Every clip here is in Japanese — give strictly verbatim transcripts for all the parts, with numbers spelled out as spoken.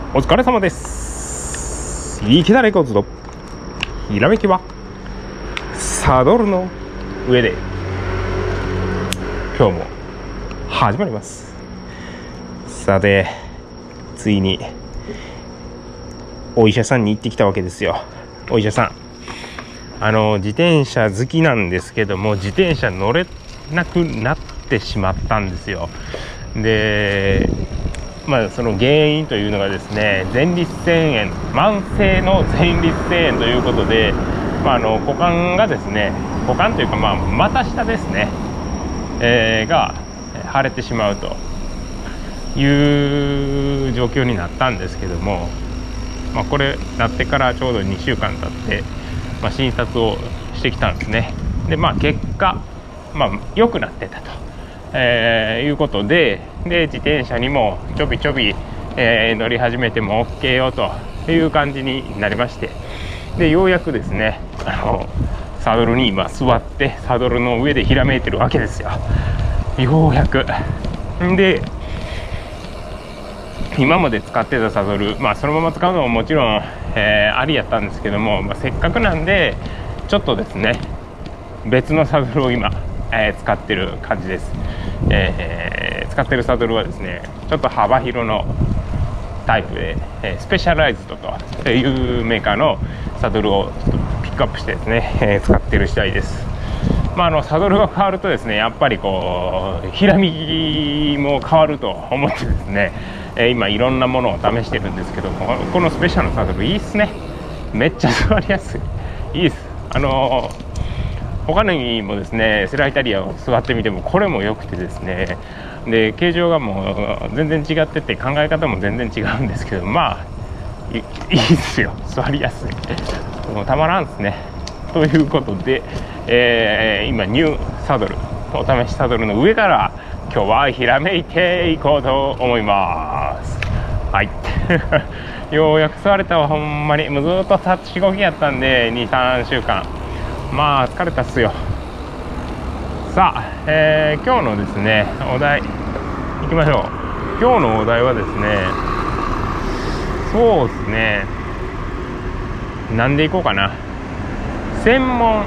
お疲れ様です。池田レコーズのひらめきはサドルの上で、今日も始まります。さて、ついにお医者さんに行ってきたわけですよ。お医者さん、あの自転車好きなんですけども、自転車乗れなくなってしまったんですよ。でまあ、その原因というのがですね、前立腺炎、慢性の前立腺炎ということで、まあ、あの股間がですね、股間というか、まあ、股下ですね、えー、が腫れてしまうという状況になったんですけども、まあ、これなってからちょうどにしゅうかん経って、まあ、診察をしてきたんですね。で、まあ、結果、まあ、良くなってたと。えー、いうことで、で自転車にもちょびちょび、えー、乗り始めても OK よという感じになりまして、でようやくですね、あのサドルに今座ってサドルの上でひらめいてるわけですよ。ようやくで、今まで使ってたサドル、まあ、そのまま使うのももちろん、えー、ありやったんですけども、まあ、せっかくなんでちょっとですね、別のサドルを今えー、使ってる感じです。えー、使ってるサドルはですね、ちょっと幅広のタイプで、えー、スペシャライズドというメーカーのサドルをちょっとピックアップしてですね、えー、使ってる次第です。まあ、あのサドルが変わるとですね、やっぱりこうひらめきも変わると思ってですね、えー、今いろんなものを試してるんですけども、このスペシャルのサドルいいっすね。めっちゃ座りやすい、いいっす。あのー他にもですね、セライタリアを座ってみてもこれも良くてですね、で形状がもう全然違ってて、考え方も全然違うんですけど、まあいいいですよ、座りやすい、もうたまらんですね。ということで、えー、今ニューサドル、お試しサドルの上から今日はひらめいていこうと思います。はいようやく座れたわ、ほんまに。もうずっと立ちこぎやったんで にさんしゅうかん、まあ疲れたっすよ。さあ、えー、今日のですねお題いきましょう。今日のお題はですね、そうですね、なんでいこうかな、専門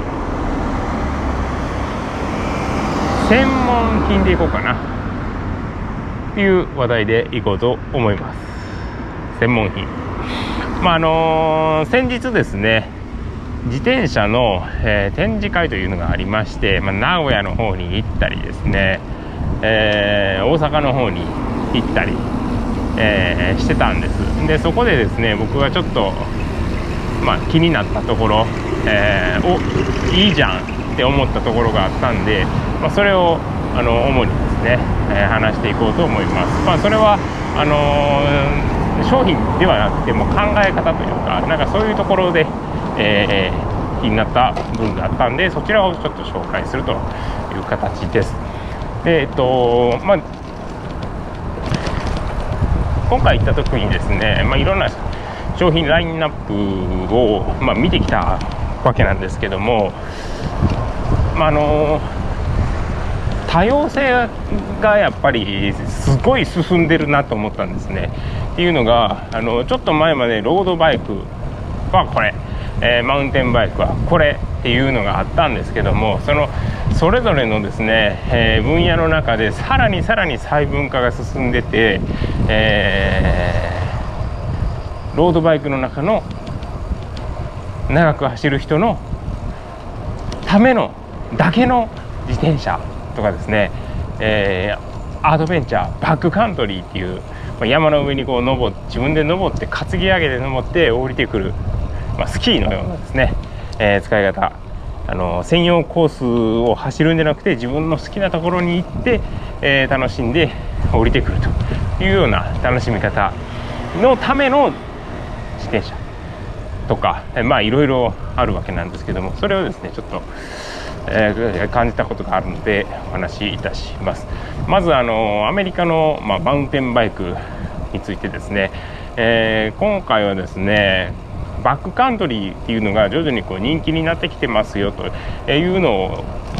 専門品でいこうかなっていう話題でいこうと思います。専門品、まああのー、先日ですね、自転車の、えー、展示会というのがありまして、まあ、名古屋の方に行ったりですね、えー、大阪の方に行ったり、えー、してたんです。でそこでですね、僕がちょっと、まあ、気になったところ、えー、おいいじゃんって思ったところがあったんで、まあ、それをあの主にですね、えー、話していこうと思います。まあ、それはあのー、商品ではなくても考え方というか、なんかそういうところでえー、気になった部分があったんで、そちらをちょっと紹介するという形です。で、えっとまあ、今回行った時にですね、まあ、いろんな商品ラインナップを、まあ、見てきたわけなんですけども、まあ、あの多様性がやっぱりすごい進んでるなと思ったんですね。っていうのが、あのちょっと前までロードバイクはこれ、えー、マウンテンバイクはこれっていうのがあったんですけども、そのそれぞれのですね、えー、分野の中でさらにさらに細分化が進んでて、えー、ロードバイクの中の長く走る人のためのだけの自転車とかですね、えー、アドベンチャーバックカントリーっていう、まあ、山の上にこう登自分で登って担ぎ上げて登って降りてくる、まあ、スキーのようなですね、えー、使い方、あの専用コースを走るんじゃなくて、自分の好きなところに行って、えー、楽しんで降りてくるというような楽しみ方のための自転車とか、えー、まあいろいろあるわけなんですけども、それをですねちょっと、えー、感じたことがあるのでお話しいたします。まずあのアメリカの、まあ、マウンテンバイクについてですね、えー、今回はですねバックカントリーっていうのが徐々にこう人気になってきてますよというのを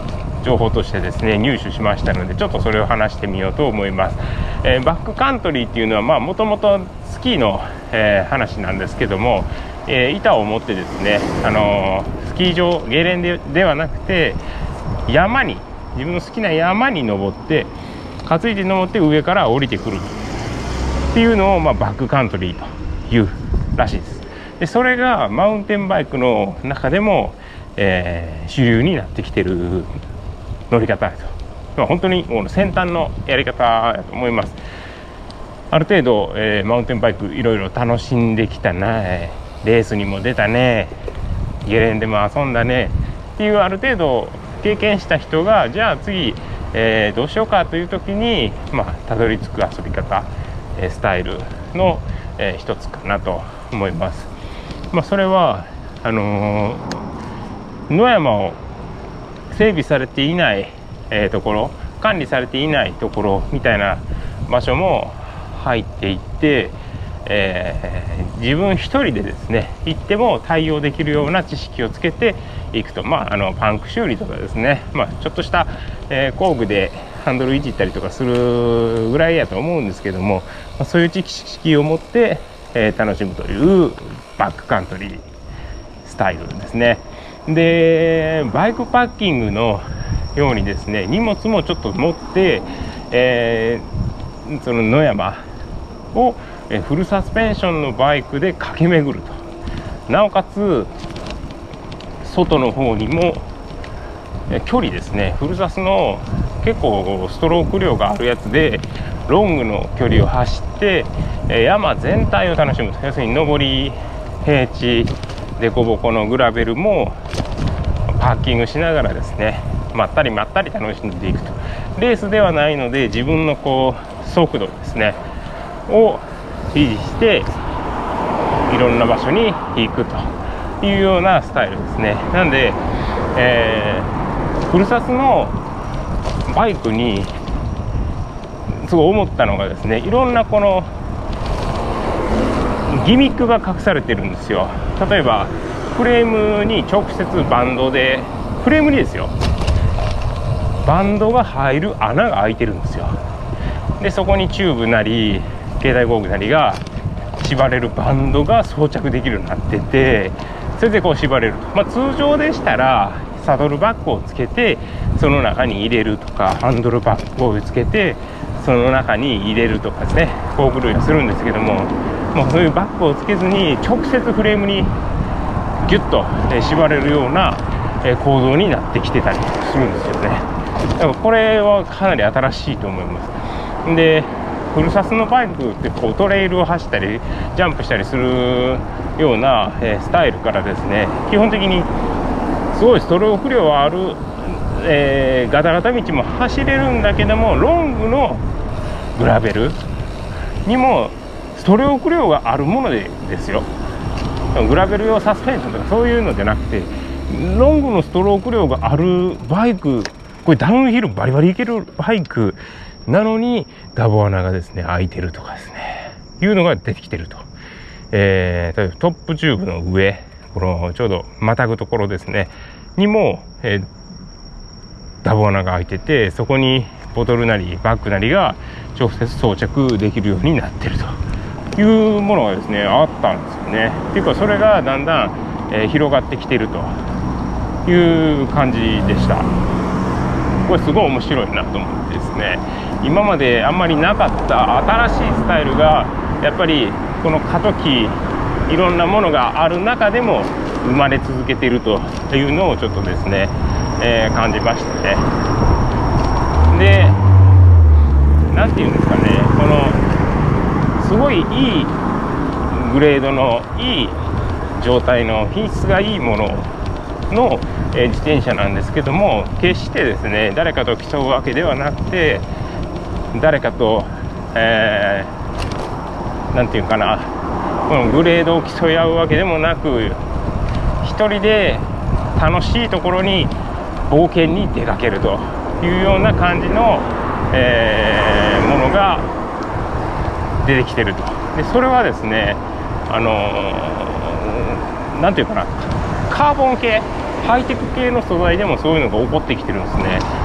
情報としてですね入手しましたので、ちょっとそれを話してみようと思います。えー、バックカントリーっていうのはもともとスキーの、えー、話なんですけども、えー、板を持ってですね、あのー、スキー場ゲレンデではなくて山に、自分の好きな山に登って担いで登って上から降りてくるっていうのを、まあ、バックカントリーというらしいです。でそれがマウンテンバイクの中でも、えー、主流になってきてる乗り方だと、まあ、本当にもう先端のやり方だと思います。ある程度、えー、マウンテンバイクいろいろ楽しんできたな、レースにも出たね、ゲレンデも遊んだねっていうある程度経験した人が、じゃあ次、えー、どうしようかという時に、まあ、たどり着く遊び方、えー、スタイルの、えー、一つかなと思います。まあ、それはあのー、野山を整備されていない、えー、ところ、管理されていないところみたいな場所も入っていって、えー、自分一人でですね行っても対応できるような知識をつけていくと、まあ、あのパンク修理とかですね、まあ、ちょっとした、えー、工具でハンドルいじったりとかするぐらいやと思うんですけども、まあ、そういう知識を持って、えー、楽しむというバックカントリースタイルですね。でバイクパッキングのようにですね荷物もちょっと持って、えー、その野山をフルサスペンションのバイクで駆け巡ると、なおかつ外の方にも距離ですね、フルサスの結構ストローク量があるやつでロングの距離を走って山全体を楽しむと、要するに上り平地凸凹のグラベルもパーキングしながらですねまったりまったり楽しんでいくと、レースではないので自分のこう速度ですねを維持していろんな場所に行くというようなスタイルですね。なんで、えー、フルサスのバイクにすごい思ったのがですね、いろんなこのギミックが隠されてるんですよ。例えばフレームに直接バンドで、フレームにですよバンドが入る穴が開いてるんですよ。でそこにチューブなり携帯工具なりが縛れるバンドが装着できるようになってて、それでこう縛れると、まあ、通常でしたらサドルバッグをつけてその中に入れるとか、ハンドルバッグをつけてその中に入れるとかですね、工具類をするんですけども、もうそういうバッグをつけずに直接フレームにギュッと縛れるような構造になってきてたりするんですよね。だからこれはかなり新しいと思います。でフルサスのバイクってこうトレイルを走ったりジャンプしたりするような、えー、スタイルからですね、基本的にすごいストローク量はある、えー、ガタガタ道も走れるんだけども、ロングのグラベルにもストローク量があるものでですよ、グラベル用サスペンションとかそういうのじゃなくて、ロングのストローク量があるバイク、これダウンヒルバリバリいけるバイクなのにガボ穴がですね開いてるとかですねいうのが出てきてると、えー、例えばトップチューブの上、このちょうどまたぐところですねにも、えー、ダボ穴が開いてて、そこにボトルなりバッグなりが直接装着できるようになってるというものがですねあったんですよね。っていうかそれがだんだん、えー、広がってきてるという感じでした。これすごい面白いなと思ってですね、今まであんまりなかった新しいスタイルがやっぱりこの過渡期いろんなものがある中でも生まれ続けているというのをちょっとですね、えー、感じましたね。で、なんていうんですかね、このすごいいいグレードのいい状態の品質がいいものの、えー、自転車なんですけども、決してですね誰かと競うわけではなくて、誰かと、えー、なんていうかな、このグレードを競い合うわけでもなく、一人で楽しいところに冒険に出かけるというような感じの、えー、ものが出てきてると。でそれはですね、あのー、なんていうかな、カーボン系ハイテク系の素材でもそういうのが起こってきてるんですね。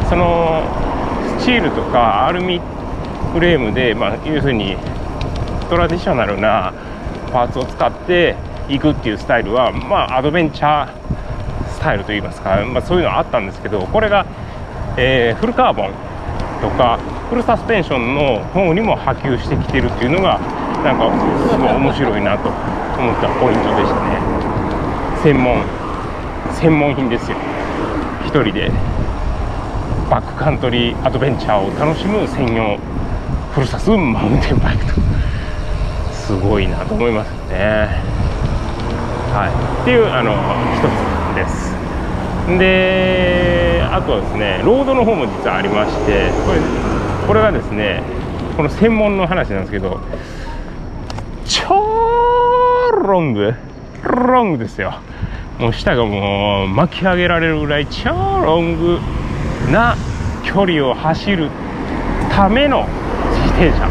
そのスチールとかアルミフレームで、まあ、いうふうにトラディショナルなパーツを使っていくっていうスタイルは、まあ、アドベンチャースタイルといいますか、まあ、そういうのはあったんですけど、これが、えー、フルカーボンとかフルサスペンションの方にも波及してきてるっていうのがなんかすごい面白いなと思ったポイントでしたね。専門専門品ですよ。一人でバックカントリーアドベンチャーを楽しむ専用フルサスマウンテンバイクと、すごいなと思いますね。はい、っていうあの一つです。で、あとはですね、ロードの方も実はありまして、これこれがですね、この専門の話なんですけど、超ロングロングですよ。もう下がもう巻き上げられるぐらい超ロングな距離を走るための自転車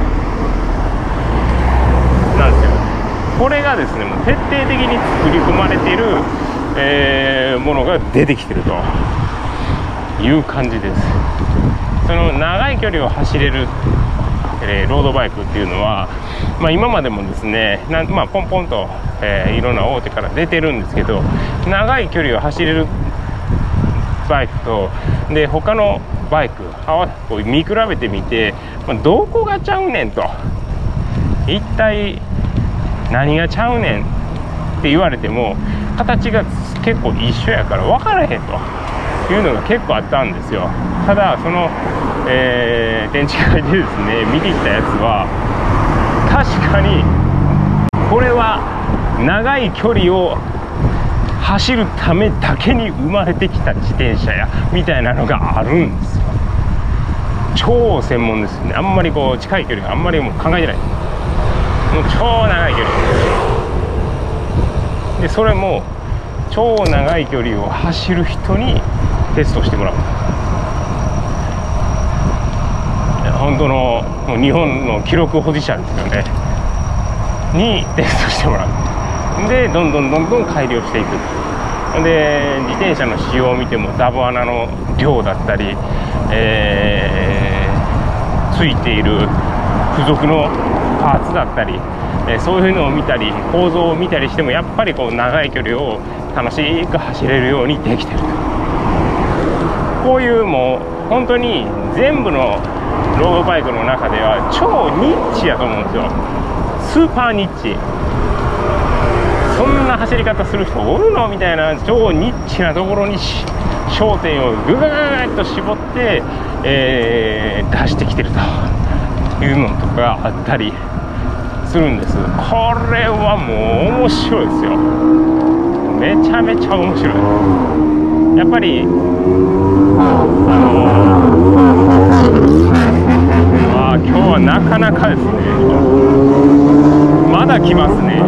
なんですよ。これがですね、もう徹底的に作り込まれている、えー、ものが出てきているという感じです。その長い距離を走れる、えー、ロードバイクっていうのは、まあ、今までもですね、なん、まあ、ポンポンと、えー、いろんな大手から出てるんですけど、長い距離を走れるバイクとで他のバイクを見比べてみて、まあ、どこがちゃうねんと、一体何がちゃうねんって言われても形が結構一緒やから分からへんというのが結構あったんですよ。ただその、えー、展示会でですね見てきたやつは、確かにこれは長い距離を走るためだけに生まれてきた自転車やみたいなのがあるんですよ。超専門ですよね。あんまりこう近い距離あんまりもう考えてない。もう超長い距離で、それも超長い距離を走る人にテストしてもらう。本当のもう日本の記録保持者ですよねにテストしてもらう。でどんどんどんどん改良していく。で自転車の仕様を見てもザボ穴の量だったり、えー、ついている付属のパーツだったり、えー、そういうのを見たり構造を見たりしても、やっぱりこう長い距離を楽しく走れるようにできてる。こういうもう本当に全部のロードバイクの中では超ニッチやと思うんですよ。スーパーニッチ。そんな走り方する人おるのみたいな超ニッチなところに焦点をぐぐぐっと絞って、えー、出してきてるというのとかあったりするんです。これはもう面白いですよ。めちゃめちゃ面白い。やっぱりあのー、あ今日はなかなかですね。まだ来ますね。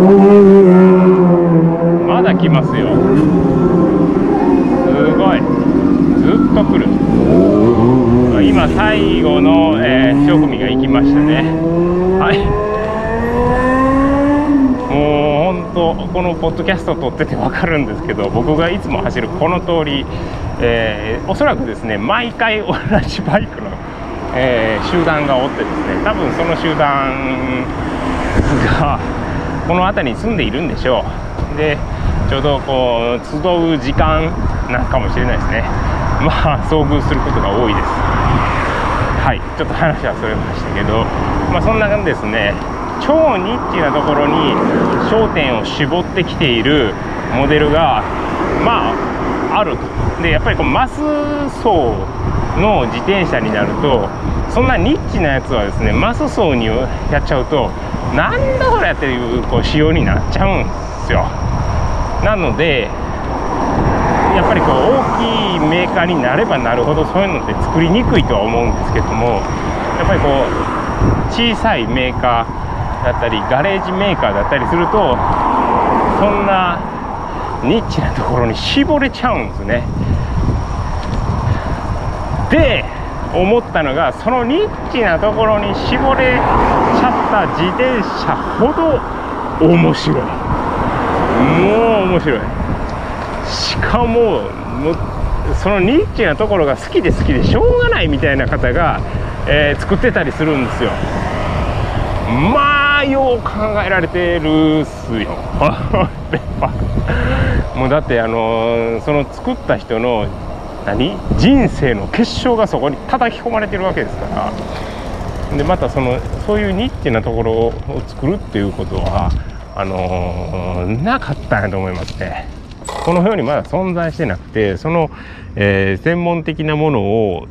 まだ来ますよ。すごい。ずっと来る。今最後の、えー、一組が行きましたね。はい。もう本当このポッドキャストを撮ってて分かるんですけど、僕がいつも走るこの通り、えー、おそらくですね毎回同じバイクの、えー、集団がおってですね、多分その集団がこの辺りに住んでいるんでしょう。でちょうどこう集う時間なんかもしれないですね。まあ遭遇することが多いです。はい、ちょっと話はそれましたけど、まあそんな感じですね。超ニッチなところに焦点を絞ってきているモデルがまああると。でやっぱりこうマス層の自転車になると、そんなニッチなやつはですねマス層にやっちゃうとなんだこれっていうこう仕様になっちゃうんですよ。なのでやっぱりこう大きいメーカーになればなるほどそういうのって作りにくいとは思うんですけども、やっぱりこう小さいメーカーだったりガレージメーカーだったりすると、そんなニッチなところに絞れちゃうんですね。で思ったのが、そのニッチなところに絞れちゃった自転車ほど面白い。もう面白い。しかももうそのニッチなところが好きで好きでしょうがないみたいな方が、えー、作ってたりするんですよ。まあよう考えられてるっすよもうだってあのその作った人の何人生の結晶がそこに叩き込まれてるわけですから。でまたそのそういうニッチなところを作るっていうことはあのー、なかったんやと思いますね。この世にまだ存在してなくて、その、えー、専門的なものを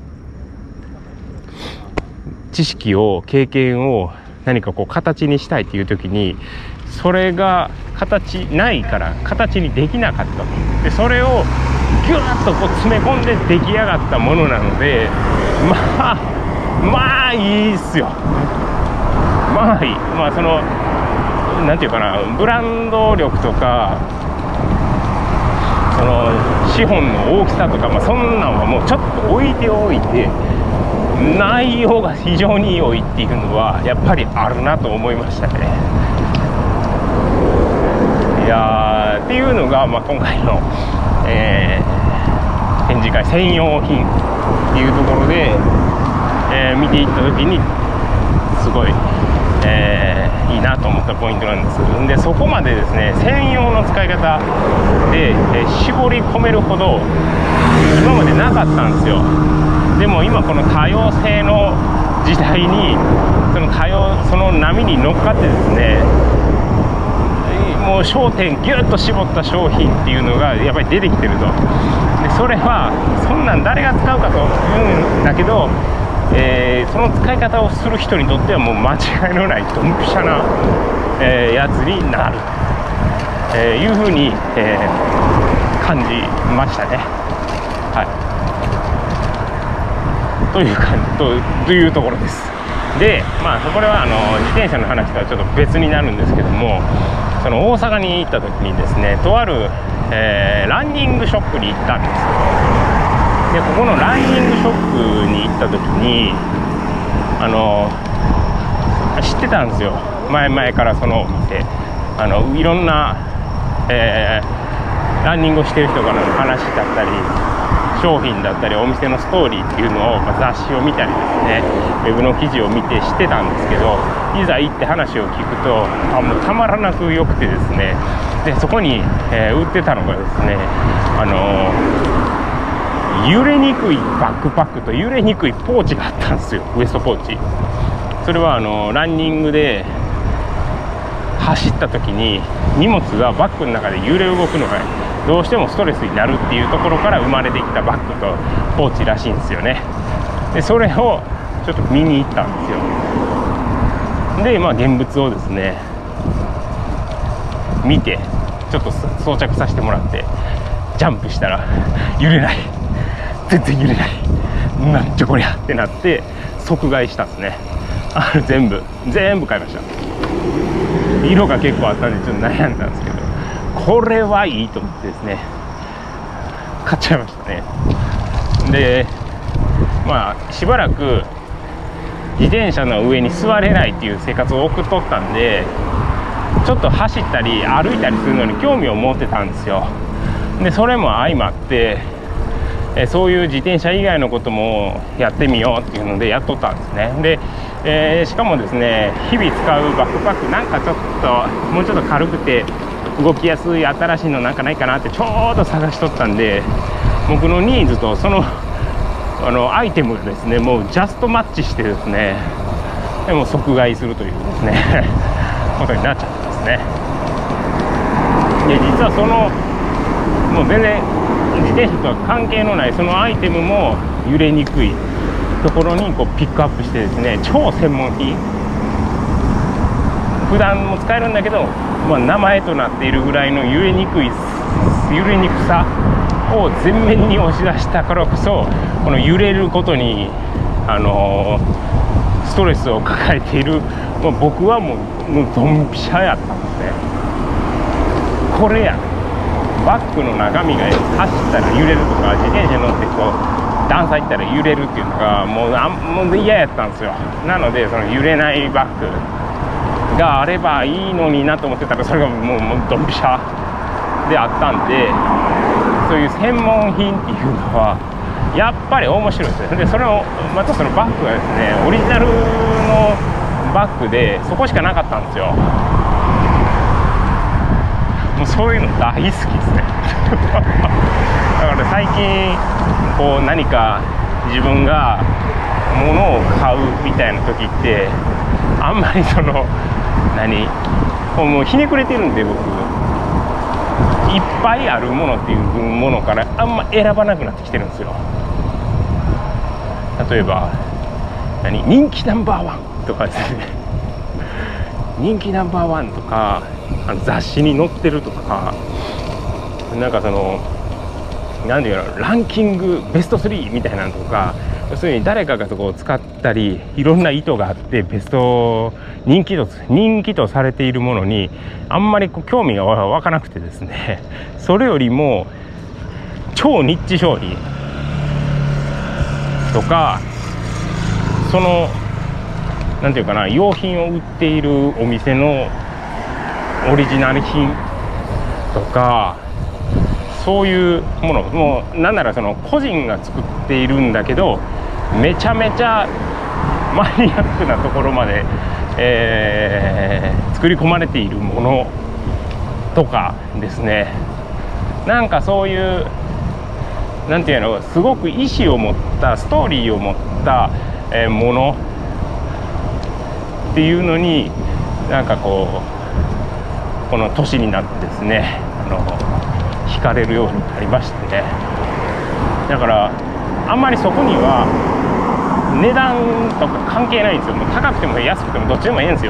知識を経験を何かこう形にしたいっていう時に、それが形ないから形にできなかったと。でそれをギュッとこう詰め込んで出来上がったものなので、まあまあいいっすよ。まあいい。まあそのなんていうかな、ブランド力とかその資本の大きさとか、まあ、そんなんはもうちょっと置いておいて、内容が非常に良いっていうのはやっぱりあるなと思いましたね。いやーっていうのが、まあ、今回の、えー、展示会専用品っていうところで、えー、見ていった時にすごい、えー、いいなと思ったポイントなんです。でそこまでですね専用の使い方で、えー、絞り込めるほど今までなかったんですよ。でも今この多様性の時代にその多様その波に乗っかってですね、もう焦点ギュッと絞った商品っていうのがやっぱり出てきてると。でそれはそんなん誰が使うかというんだけど、えー、その使い方をする人にとってはもう間違いのないドンピシャな、えー、やつになる、えー、いうふうに、えー、感じましたね。はいという感じ と, というところです。で、まあこれはあの自転車の話とはちょっと別になるんですけども、その大阪に行った時にですね、とある、えー、ランニングショップに行ったんですよ。でここのランニングショップに行った時にあの知ってたんですよ、前々からそのお店。あのいろんな、えー、ランニングをしてる人からの話だったり商品だったりお店のストーリーっていうのを、まあ、雑誌を見たりですね、ウェブの記事を見て知ってたんですけど、いざ行って話を聞くとあもうたまらなく良くてですね、でそこに、えー、売ってたのがですね、あのー、揺れにくいバックパックと揺れにくいポーチがあったんですよ、ウエストポーチ。それはあのー、ランニングで走った時に荷物がバッグの中で揺れ動くのがどうしてもストレスになるっていうところから生まれてきたバッグとポーチらしいんですよね。でそれをちょっと見に行ったんですよ。でまあ現物をですね見てちょっと装着させてもらってジャンプしたら揺れない、全然揺れない、なんじゃこりゃってなって即買いしたんですね。あの全部全部買いました。色が結構あったんでちょっと悩んだんですけど、これはいいと思ってですね買っちゃいましたね。でまあしばらく自転車の上に座れないっていう生活を送っとったんで、ちょっと走ったり歩いたりするのに興味を持ってたんですよ。でそれも相まってえそういう自転車以外のこともやってみようっていうのでやっとったんですね。で、えー、しかもですね日々使うバックパックなんかちょっともうちょっと軽くて動きやすい新しいのなんかないかなってちょうど探しとったんで、僕のニーズとそのあのアイテムがですねもうジャストマッチしてですね、でも即買いするというですねことになっちゃったんですね。で実はそのもう全然自転車とは関係のないそのアイテムも揺れにくいところにこうピックアップしてですね、超専門品、普段も使えるんだけど、まあ、名前となっているぐらいの揺れにくい揺れにくさを前面に押し出したからこそ、この揺れることに、あのー、ストレスを抱えている、まあ、僕はもう、もうドンピシャやったんですね。これやバッグの中身が走ったら揺れるとか、自転車乗ってこう段差行ったら揺れるっていうのがもうあもう嫌やったんですよ。なのでその揺れないバッグがあればいいのになと思ってたら、それがもう、もうドンピシャであったんで、そそういう専門品っていうのはやっぱり面白いですよ。でそれをまたそのバッグがですねオリジナルのバッグでそこしかなかったんですよ。もうそういうの大好きですねだから最近こう何か自分が物を買うみたいな時ってあんまりその何もうひねくれてるんで僕いっぱいあるものっていうものからあんま選ばなくなってきてるんですよ。例えば何人気ナンバーワンとかですね人気ナンバーワンとかあの雑誌に載ってるとかなんかその何ていうのランキングベストスリーみたいなのとか要するに誰かがそこを使ったりいろんな意図があってベスト人気と人気とされているものにあんまりこう興味が湧かなくてですねそれよりも超ニッチ商品とかそのなんていうかな用品を売っているお店のオリジナル品とかそういうものもうなんならその個人が作っているんだけどめちゃめちゃマニアックなところまで、えー、作り込まれているものとかですねなんかそういうなんていうのすごく意思を持ったストーリーを持った、えー、ものっていうのになんかこうこの年になってですねあの惹かれるようになりましてねだからあんまりそこには値段とか関係ないんですよ。もう高くても安くてもどっちでもいいんですよ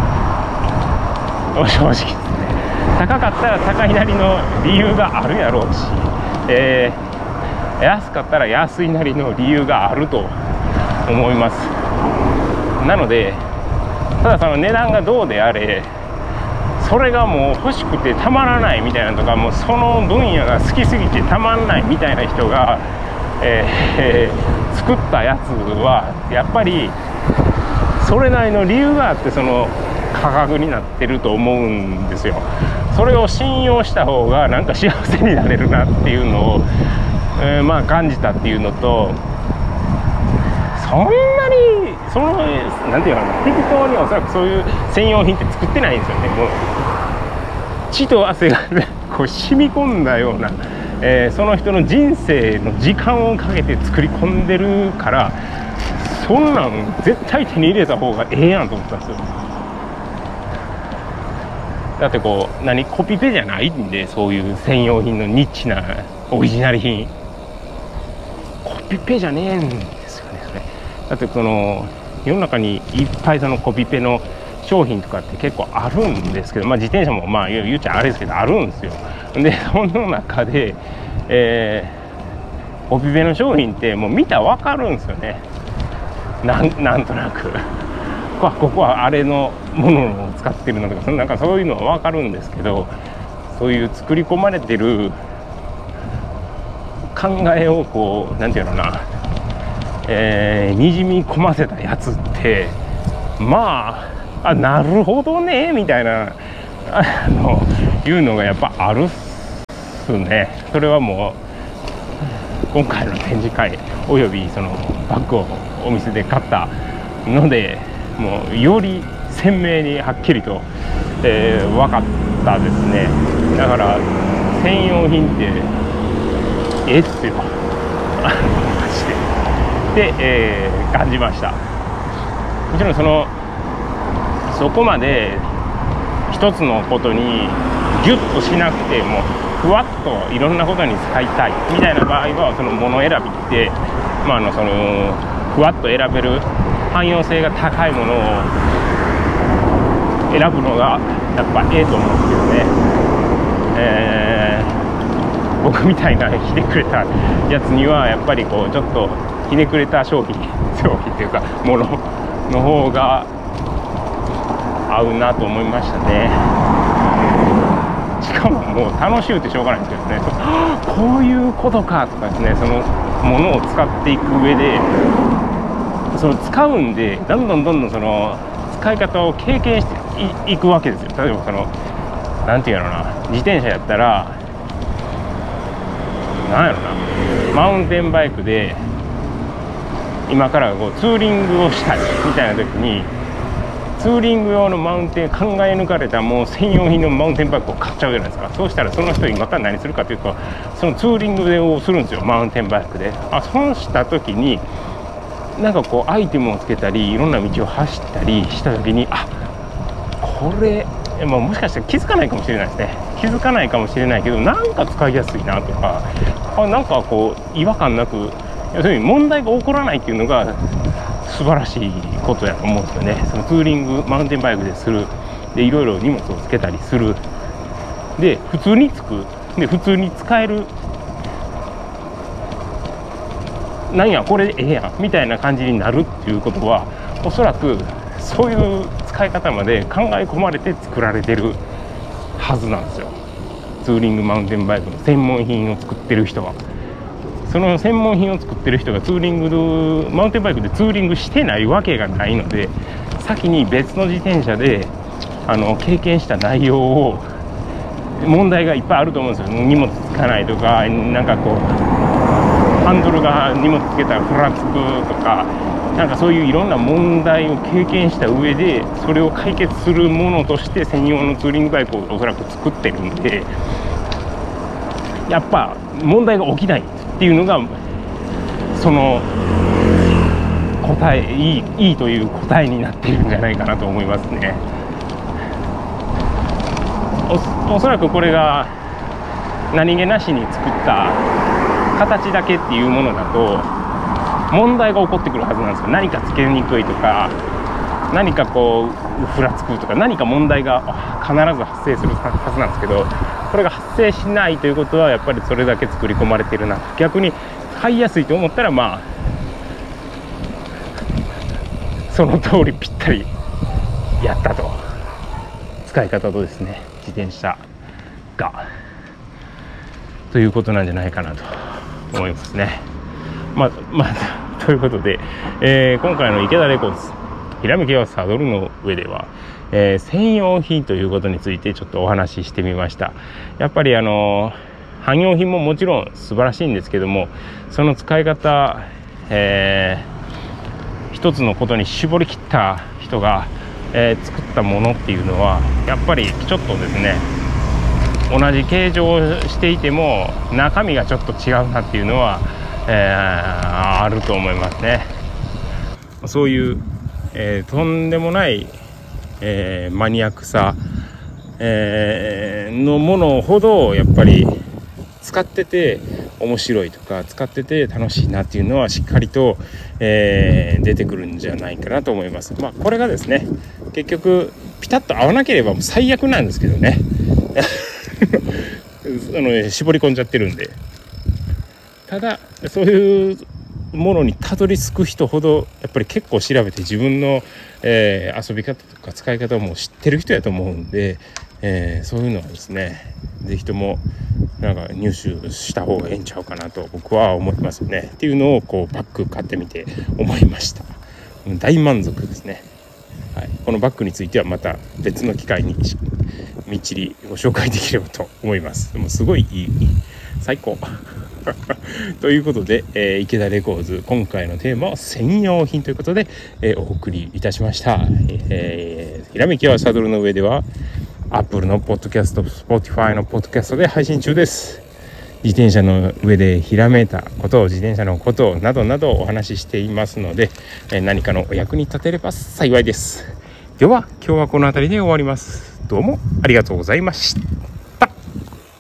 正直ですね。高かったら高いなりの理由があるやろうし、えー、安かったら安いなりの理由があると思います。なのでただその値段がどうであれそれがもう欲しくてたまらないみたいなとかもうその分野が好きすぎてたまんないみたいな人が、えー、作ったやつはやっぱりそれなりの理由があってその価格になってると思うんですよ。それを信用した方がなんか幸せになれるなっていうのを、えー、まあ感じたっていうのとそんなにそのなんていうの適当におそらくそういう専用品って作ってないんですよね。もう血と汗が、ね、こう染み込んだような、えー、その人の人生の時間をかけて作り込んでるからそんなん絶対手に入れた方がええやんと思ったんですよ。だってこう何コピペじゃないんでそういう専用品のニッチなオリジナル品コピペじゃねえんですよね。それだってその世の中にいっぱいそのコピペの商品とかって結構あるんですけど、まあ、自転車もまあ言っちゃあれですけどあるんですよ。でその中で、えー、コピペの商品ってもう見たら分かるんですよね。な ん, なんとなくここはあれのものを使ってるのとかなんかそういうのは分かるんですけどそういう作り込まれてる考えをこうなんていうのかな、えー、にじみ込ませたやつってまああなるほどねみたいなあのいうのがやっぱあるっすね。それはもう今回の展示会およびそのバッグをお店で買ったのでもうより鮮明にはっきりと、えー、分かったですね。だから専用品ってええっすよマジでで、えー、感じました。もちろんそのそこまで一つのことにギュッとしなくてもふわっといろんなことに使いたいみたいな場合はその物選びって、まあ、あのそのふわっと選べる汎用性が高いものを選ぶのがやっぱええと思うんですけどね、えー、僕みたいなひねくれたやつにはやっぱりこうちょっとひねくれた商品商品っていうかものの方が合うなと思いましたね。しかももう楽しゅうてしょうがないんですけどねこういうことかとかですねそのものを使っていく上でその使うんでどんどんどんどんその使い方を経験していくわけですよ。例えばそのなんていうのかな自転車やったらなんやろな、マウンテンバイクで今からこうツーリングをしたいみたいな時に、ツーリング用のマウンテン考え抜かれたもう専用品のマウンテンバイクを買っちゃうじゃないですか。そうしたらその人今から何するかというと、そのツーリングをするんですよ、マウンテンバイクで。あそうした時になんかこうアイテムをつけたりいろんな道を走ったりした時に、あこれ、まあ、もしかしたら気づかないかもしれないですね。気づかないかもしれないけど、なんか使いやすいなとか、あなんかこう違和感なく、要するに問題が起こらないっていうのが素晴らしいことやと思うんですよね。そのツーリングマウンテンバイクでするで、いろいろ荷物をつけたりするで、普通につくで普通に使える、なんやこれええやんみたいな感じになるっていうことは、おそらくそういう使い方まで考え込まれて作られてるはずなんですよ。ツーリングマウンテンバイクの専門品を作ってる人は、その専門品を作ってる人がツーリングマウンテンバイクでツーリングしてないわけがないので、先に別の自転車であの経験した内容を、問題がいっぱいあると思うんですよ。荷物つかないとか、なんかこうハンドルが荷物つけたらふらつくとか、なんかそういういろんな問題を経験した上で、それを解決するものとして専用のツーリングバイクをおそらく作ってるんで、やっぱ問題が起きないっていうのがその答え、いい、いいという答えになっているんじゃないかなと思いますね。お, おそらくこれが何気なしに作った形だけっていうものだと問題が起こってくるはずなんですよ。何かつけにくいとか、何かこうふらつくとか、何か問題が必ず発生するはずなんですけど、これが発生しないということは、やっぱりそれだけ作り込まれているな。逆に買いやすいと思ったら、まあその通りぴったりやったと、使い方とですね、自転車がということなんじゃないかなと思いますね。まあ、まあ、ということで、えー、今回の池田レコーズひらめきはサドルの上では、えー、専用品ということについてちょっとお話ししてみました。やっぱりあの汎用品ももちろん素晴らしいんですけども、その使い方、えー、一つのことに絞り切った人が、えー、作ったものっていうのは、やっぱりちょっとですね、同じ形状をしていても中身がちょっと違うなっていうのは、えー、あると思いますね。そういう、えー、とんでもない、えー、マニアックさ、えー、のものほどやっぱり使ってて面白いとか、使ってて楽しいなっていうのはしっかりと、えー、出てくるんじゃないかなと思います。まあこれがですね、結局ピタッと合わなければもう最悪なんですけどねあの絞り込んじゃってるんで。ただそういうものにたどり着く人ほどやっぱり結構調べて自分の、えー、遊び方とか使い方をもう知ってる人やと思うんで、えー、そういうのはですね、ぜひともなんか入手した方がいいんちゃうかなと僕は思いますね。っていうのをこうバッグ買ってみて思いました。大満足ですね。はい、このバッグについてはまた別の機会にみっちりご紹介できればと思います。でもすごいいい、最高ということで、えー、池田レコーズ、今回のテーマは専用品ということで、えー、お送りいたしました。えー、ひらめきはサドルの上では Apple のポッドキャスト、Spotify のポッドキャストで配信中です。自転車の上でひらめいたことを、自転車のことなどなどお話ししていますので、えー、何かのお役に立てれば幸いです。では今日はこの辺りで終わります。どうもありがとうございました。